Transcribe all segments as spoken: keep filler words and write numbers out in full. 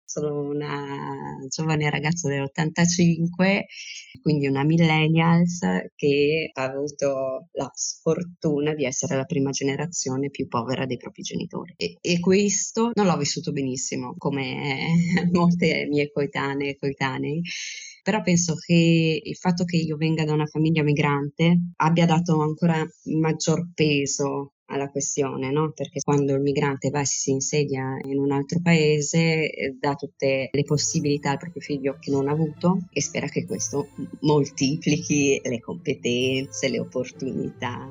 Sono una giovane ragazza dell'ottantacinque, quindi una millennials che ha avuto la sfortuna di essere la prima generazione più povera dei propri genitori. E, e questo non l'ho vissuto benissimo, come molte mie coetanee e coetanei. Però penso che il fatto che io venga da una famiglia migrante abbia dato ancora maggior peso alla questione, no? Perché quando il migrante va e si insedia in un altro paese, eh, dà tutte le possibilità al proprio figlio che non ha avuto e spera che questo moltiplichi le competenze, le opportunità.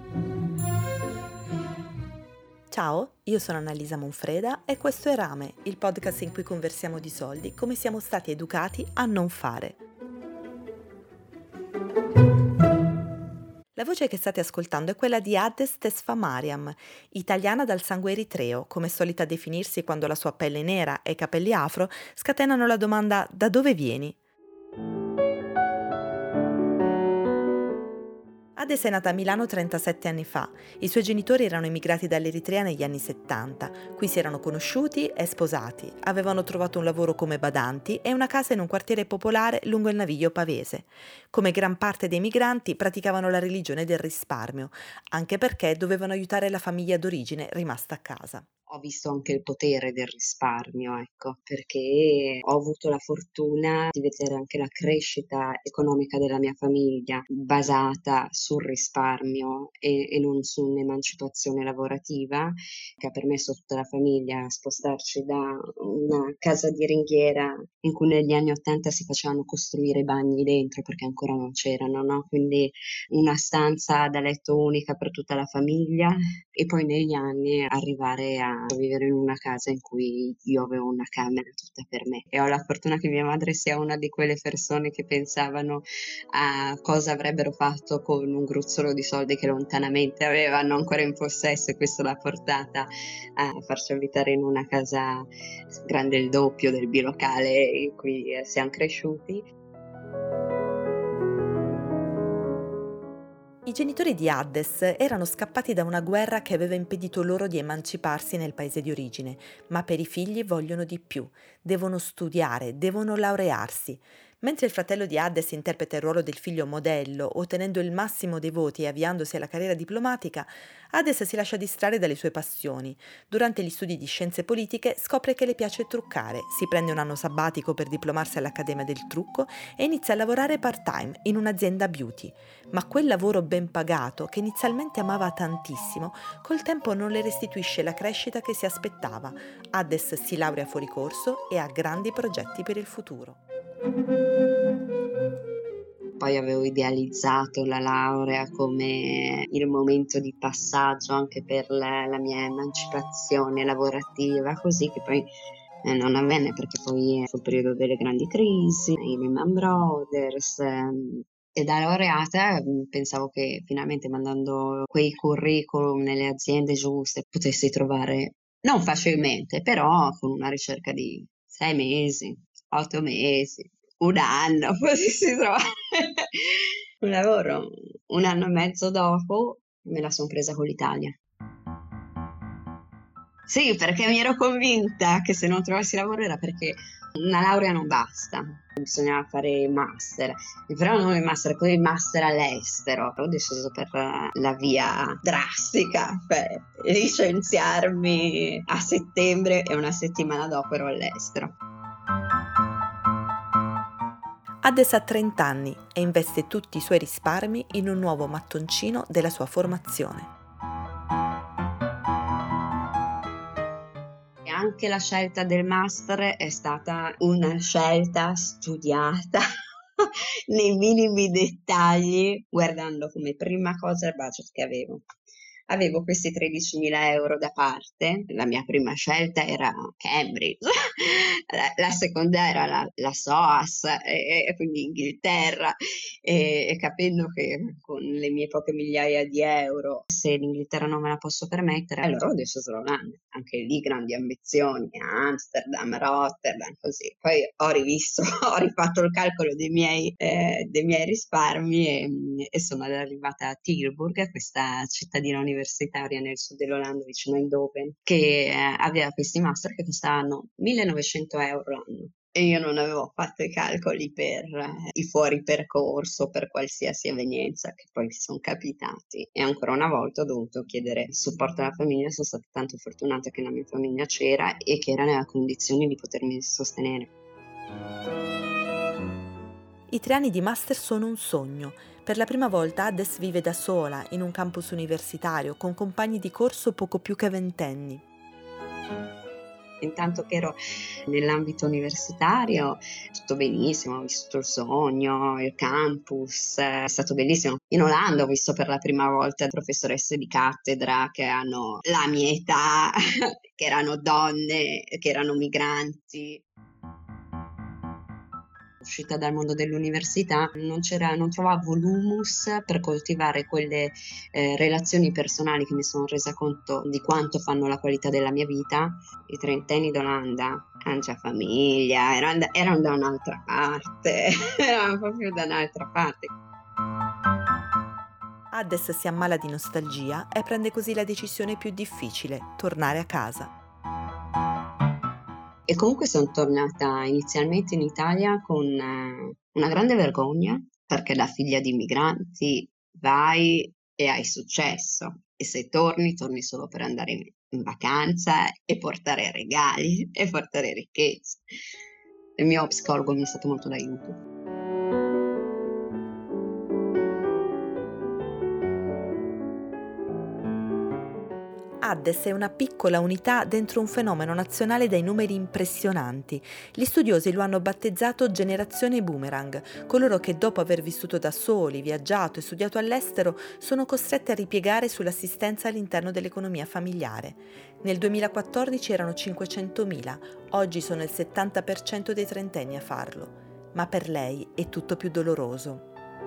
Ciao, io sono Annalisa Monfreda e questo è Rame, il podcast in cui conversiamo di soldi come siamo stati educati a non fare. La voce che state ascoltando è quella di Addes Tesfamariam, italiana dal sangue eritreo, come solita definirsi quando la sua pelle nera e i capelli afro scatenano la domanda «da dove vieni?». Addes è nata a Milano trentasette anni fa. I suoi genitori erano emigrati dall'Eritrea negli anni settanta. Qui si erano conosciuti e sposati. Avevano trovato un lavoro come badanti e una casa in un quartiere popolare lungo il Naviglio pavese. Come gran parte dei migranti praticavano la religione del risparmio, anche perché dovevano aiutare la famiglia d'origine rimasta a casa. Ho visto anche il potere del risparmio, ecco, perché ho avuto la fortuna di vedere anche la crescita economica della mia famiglia basata sul risparmio e, e non su un'emancipazione lavorativa, che ha permesso a tutta la famiglia a spostarci da una casa di ringhiera in cui negli anni Ottanta si facevano costruire i bagni dentro perché ancora non c'erano, no? Quindi una stanza da letto unica per tutta la famiglia e poi negli anni arrivare a vivere in una casa in cui io avevo una camera tutta per me e ho la fortuna che mia madre sia una di quelle persone che pensavano a cosa avrebbero fatto con un gruzzolo di soldi che lontanamente avevano ancora in possesso e questo l'ha portata a farci abitare in una casa grande il doppio del bilocale in cui siamo cresciuti. I genitori di Addes erano scappati da una guerra che aveva impedito loro di emanciparsi nel paese di origine, ma per i figli vogliono di più, devono studiare, devono laurearsi. Mentre il fratello di Addes interpreta il ruolo del figlio modello, ottenendo il massimo dei voti e avviandosi alla carriera diplomatica, Addes si lascia distrarre dalle sue passioni. Durante gli studi di scienze politiche scopre che le piace truccare, si prende un anno sabbatico per diplomarsi all'Accademia del Trucco e inizia a lavorare part-time in un'azienda beauty. Ma quel lavoro ben pagato, che inizialmente amava tantissimo, col tempo non le restituisce la crescita che si aspettava. Addes si laurea fuori corso e ha grandi progetti per il futuro. Poi avevo idealizzato la laurea come il momento di passaggio anche per la, la mia emancipazione lavorativa, così che poi eh, non avvenne perché poi fu il periodo delle grandi crisi, i Lehman Brothers. Ehm, E da laureata pensavo che finalmente mandando quei curriculum nelle aziende giuste potessi trovare, non facilmente, però con una ricerca di sei mesi, otto mesi, un anno, potessi trovare un lavoro. Un anno e mezzo dopo me la sono presa con l'Italia. Sì, perché mi ero convinta che se non trovassi lavoro era perché una laurea non basta, bisognava fare master, però non il master, poi il master all'estero. Ho deciso per la via drastica, per licenziarmi a settembre e una settimana dopo ero all'estero. Addes ha trenta anni e investe tutti i suoi risparmi in un nuovo mattoncino della sua formazione. Anche la scelta del master è stata una scelta studiata nei minimi dettagli, guardando come prima cosa il budget che avevo. Avevo questi tredicimila euro da parte, la mia prima scelta era Cambridge, la, la seconda era la, la S O A S, e, e quindi Inghilterra, e, e capendo che con le mie poche migliaia di euro, se l'Inghilterra non me la posso permettere, allora ho deciso l'Olanda, anche lì grandi ambizioni, Amsterdam, Rotterdam, così. Poi ho rivisto, ho rifatto il calcolo dei miei, eh, dei miei risparmi e, e sono arrivata a Tilburg, questa cittadina universitaria universitaria nel sud dell'Olanda, vicino a Eindhoven, che eh, aveva questi master che costavano millenovecento euro l'anno. E io non avevo fatto i calcoli per eh, i fuori percorso, per qualsiasi evenienza che poi mi sono capitati. E ancora una volta ho dovuto chiedere supporto alla famiglia. Sono stata tanto fortunata che la mia famiglia c'era e che era nella condizione di potermi sostenere. I tre anni di master sono un sogno. Per la prima volta Ades vive da sola, in un campus universitario, con compagni di corso poco più che ventenni. Intanto che ero nell'ambito universitario, tutto benissimo, ho vissuto il sogno, il campus, è stato bellissimo. In Olanda ho visto per la prima volta professoresse di cattedra che hanno la mia età, che erano donne, che erano migranti. Uscita dal mondo dell'università, non c'era, non trovavo l'humus per coltivare quelle eh, relazioni personali che mi sono resa conto di quanto fanno la qualità della mia vita. I trentenni d'Olanda hanno già famiglia, erano, erano da un'altra parte, erano proprio da un'altra parte. Ades si ammala di nostalgia e prende così la decisione più difficile: tornare a casa. E comunque sono tornata inizialmente in Italia con eh, una grande vergogna, perché da figlia di migranti vai e hai successo, e se torni, torni solo per andare in, in vacanza e portare regali e portare ricchezza. Il mio psicologo mi è stato molto d'aiuto. Ades è una piccola unità dentro un fenomeno nazionale dai numeri impressionanti. Gli studiosi lo hanno battezzato generazione boomerang, coloro che dopo aver vissuto da soli, viaggiato e studiato all'estero sono costretti a ripiegare sull'assistenza all'interno dell'economia familiare. Nel duemilaquattordici erano cinquecentomila, oggi sono il settanta per cento dei trentenni a farlo. Ma per lei è tutto più doloroso.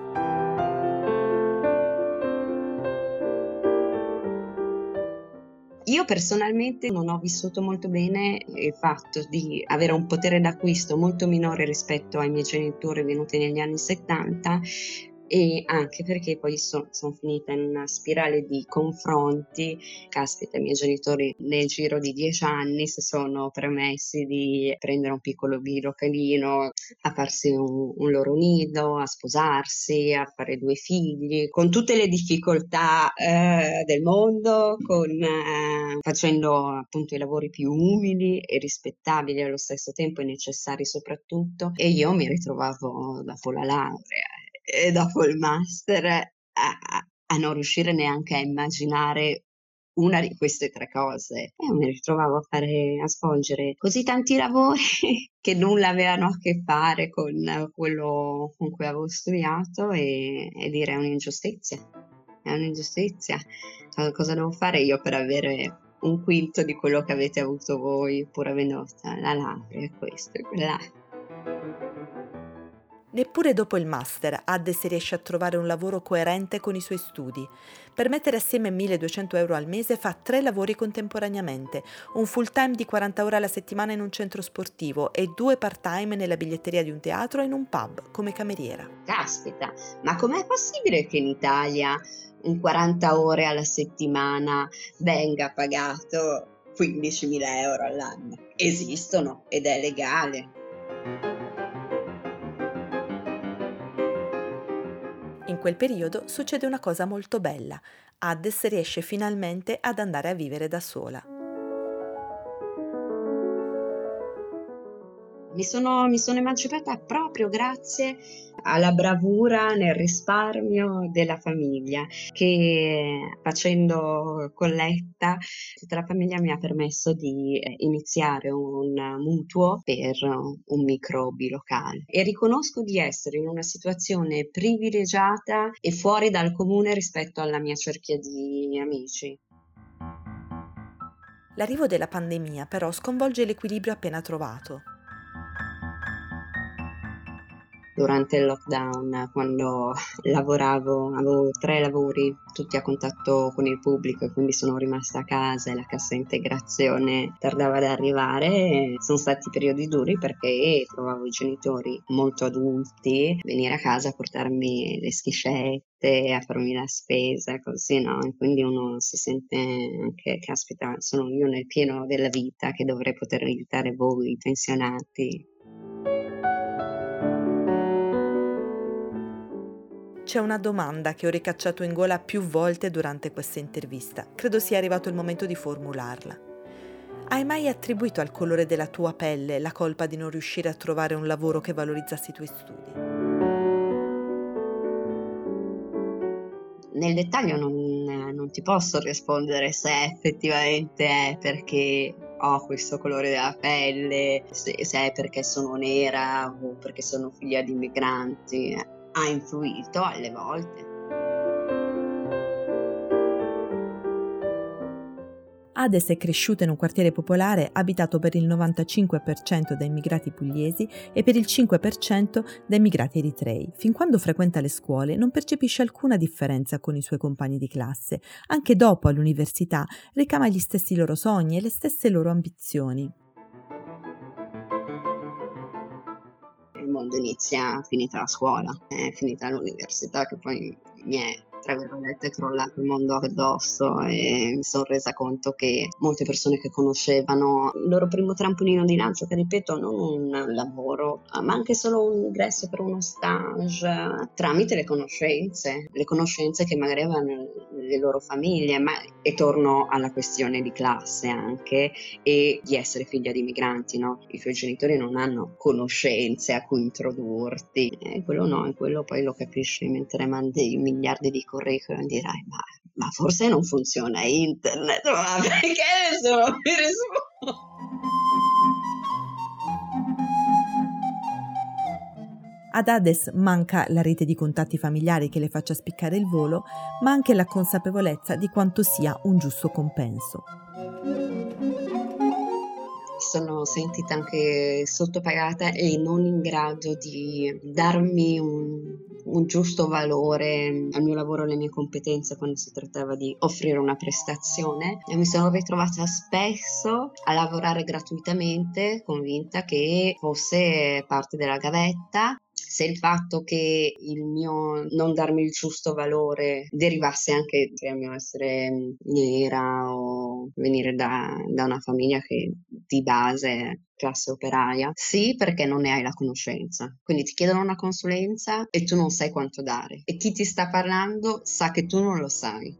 Io personalmente non ho vissuto molto bene il fatto di avere un potere d'acquisto molto minore rispetto ai miei genitori venuti negli anni settanta, e anche perché poi sono son finita in una spirale di confronti. Caspita, i miei genitori nel giro di dieci anni si sono permessi di prendere un piccolo bilocalino, a farsi un, un loro nido, a sposarsi, a fare due figli, con tutte le difficoltà eh, del mondo, con, eh, facendo appunto i lavori più umili e rispettabili allo stesso tempo e necessari soprattutto. E io mi ritrovavo dopo la laurea e dopo il master a, a- a non riuscire neanche a immaginare una di queste tre cose. E mi ritrovavo a fare, a svolgere così tanti lavori che nulla avevano a che fare con quello con cui avevo studiato, e, e dire è un'ingiustizia, è un'ingiustizia. Cosa cosa devo fare io per avere un quinto di quello che avete avuto voi, pur avendo la laurea, questo e quella? Neppure dopo il master Ades riesce a trovare un lavoro coerente con i suoi studi. Per mettere assieme milleduecento euro al mese fa tre lavori contemporaneamente, un full time di quaranta ore alla settimana in un centro sportivo e due part time nella biglietteria di un teatro e in un pub come cameriera. Caspita, ma com'è possibile che in Italia un quaranta ore alla settimana venga pagato quindicimila euro all'anno? Esistono ed è legale. In quel periodo succede una cosa molto bella. Ades riesce finalmente ad andare a vivere da sola. Mi sono, mi sono emancipata proprio grazie alla bravura nel risparmio della famiglia, che facendo colletta tutta la famiglia mi ha permesso di eh, iniziare un mutuo per un micro bilocale, e riconosco di essere in una situazione privilegiata e fuori dal comune rispetto alla mia cerchia di amici. L'arrivo della pandemia però sconvolge l'equilibrio appena trovato. durante il lockdown, quando lavoravo, avevo tre lavori, tutti a contatto con il pubblico, e quindi sono rimasta a casa e la cassa integrazione tardava ad arrivare. Sono stati periodi duri perché trovavo i genitori molto adulti venire a casa a portarmi le schiscette, a farmi la spesa, così, no? E quindi uno si sente anche, caspita, sono io nel pieno della vita che dovrei poter aiutare voi pensionati. C'è una domanda che ho ricacciato in gola più volte durante questa intervista. Credo sia arrivato il momento di formularla. Hai mai attribuito al colore della tua pelle la colpa di non riuscire a trovare un lavoro che valorizzasse i tuoi studi? Nel dettaglio non, non ti posso rispondere se effettivamente è perché ho questo colore della pelle, se, se è perché sono nera o perché sono figlia di immigranti. Ha influito alle volte. Hades è cresciuta in un quartiere popolare abitato per il novantacinque per cento da immigrati pugliesi e per il cinque per cento da immigrati eritrei. Fin quando frequenta le scuole non percepisce alcuna differenza con i suoi compagni di classe. Anche dopo, all'università, ricama gli stessi loro sogni e le stesse loro ambizioni. Il mondo inizia finita la scuola, è finita l'università che poi mi è, tra virgolette, crollato il mondo addosso e mi sono resa conto che molte persone che conoscevano il loro primo trampolino di lancio, che ripeto, non un lavoro, ma anche solo un ingresso per uno stage, tramite le conoscenze, le conoscenze che magari avevano le loro famiglie, ma e torno alla questione di classe anche e di essere figlia di migranti, no? I tuoi genitori non hanno conoscenze a cui introdurti, e quello no, e quello poi lo capisci mentre mandi miliardi di curriculum e dirai ma, ma forse non funziona internet, ma perché nessuno mi risponde? Ad Hades manca la rete di contatti familiari che le faccia spiccare il volo, ma anche la consapevolezza di quanto sia un giusto compenso. Sono sentita anche sottopagata e non in grado di darmi un, un giusto valore al mio lavoro, alle mie competenze quando si trattava di offrire una prestazione, e mi sono ritrovata spesso a lavorare gratuitamente, convinta che fosse parte della gavetta. Se il fatto che il mio non darmi il giusto valore derivasse anche dal mio essere nera o venire da, da una famiglia che di base è classe operaia, sì, perché non ne hai la conoscenza. Quindi ti chiedono una consulenza e tu non sai quanto dare. E chi ti sta parlando sa che tu non lo sai.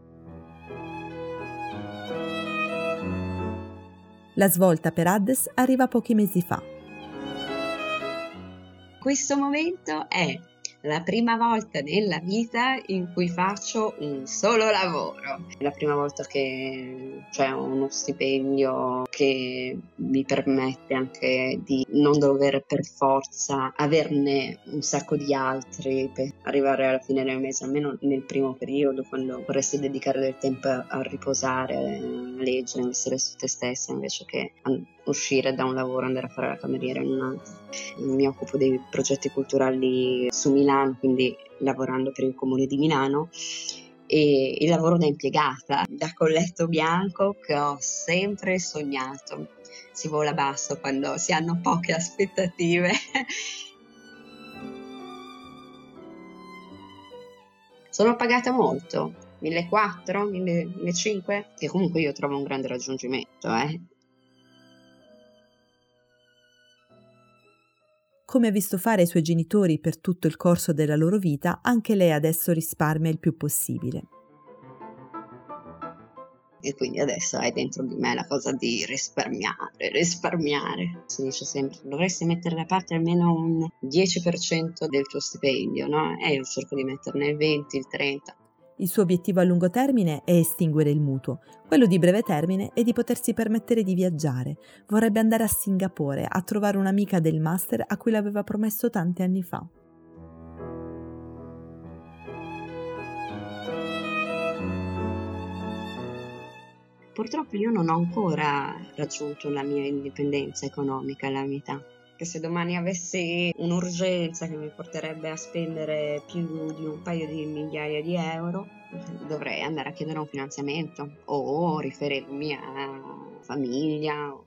La svolta per Hades arriva pochi mesi fa. Questo momento è la prima volta nella vita in cui faccio un solo lavoro. È la prima volta che c'è uno stipendio che mi permette anche di non dover per forza averne un sacco di altri per arrivare alla fine del mese, almeno nel primo periodo, quando vorresti dedicare del tempo a riposare, a leggere, investire su te stessa invece che a uscire da un lavoro, andare a fare la cameriera in un altro. Mi occupo dei progetti culturali su Milano, quindi lavorando per il comune di Milano, e il lavoro da impiegata, da colletto bianco, che ho sempre sognato. Si vola basso quando si hanno poche aspettative. Sono pagata molto, millequattrocento, millecinquecento, che comunque io trovo un grande raggiungimento, eh. Come ha visto fare i suoi genitori per tutto il corso della loro vita, anche lei adesso risparmia il più possibile. E quindi adesso è dentro di me la cosa di risparmiare, risparmiare. Si dice sempre, dovresti mettere da parte almeno un dieci per cento del tuo stipendio, no? E io cerco di metterne il venti, il trenta. Il suo obiettivo a lungo termine è estinguere il mutuo, quello di breve termine è di potersi permettere di viaggiare. Vorrebbe andare a Singapore a trovare un'amica del master a cui l'aveva promesso tanti anni fa. Purtroppo io non ho ancora raggiunto la mia indipendenza economica alla metà. che se domani avessi un'urgenza che mi porterebbe a spendere più di un paio di migliaia di euro, dovrei andare a chiedere un finanziamento o riferirmi a famiglia.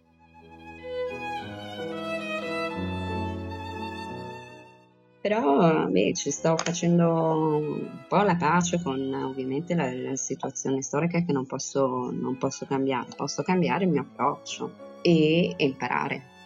Però beh, ci sto facendo un po' la pace con ovviamente la, la situazione storica che non posso, non posso cambiare, posso cambiare il mio approccio e, e imparare.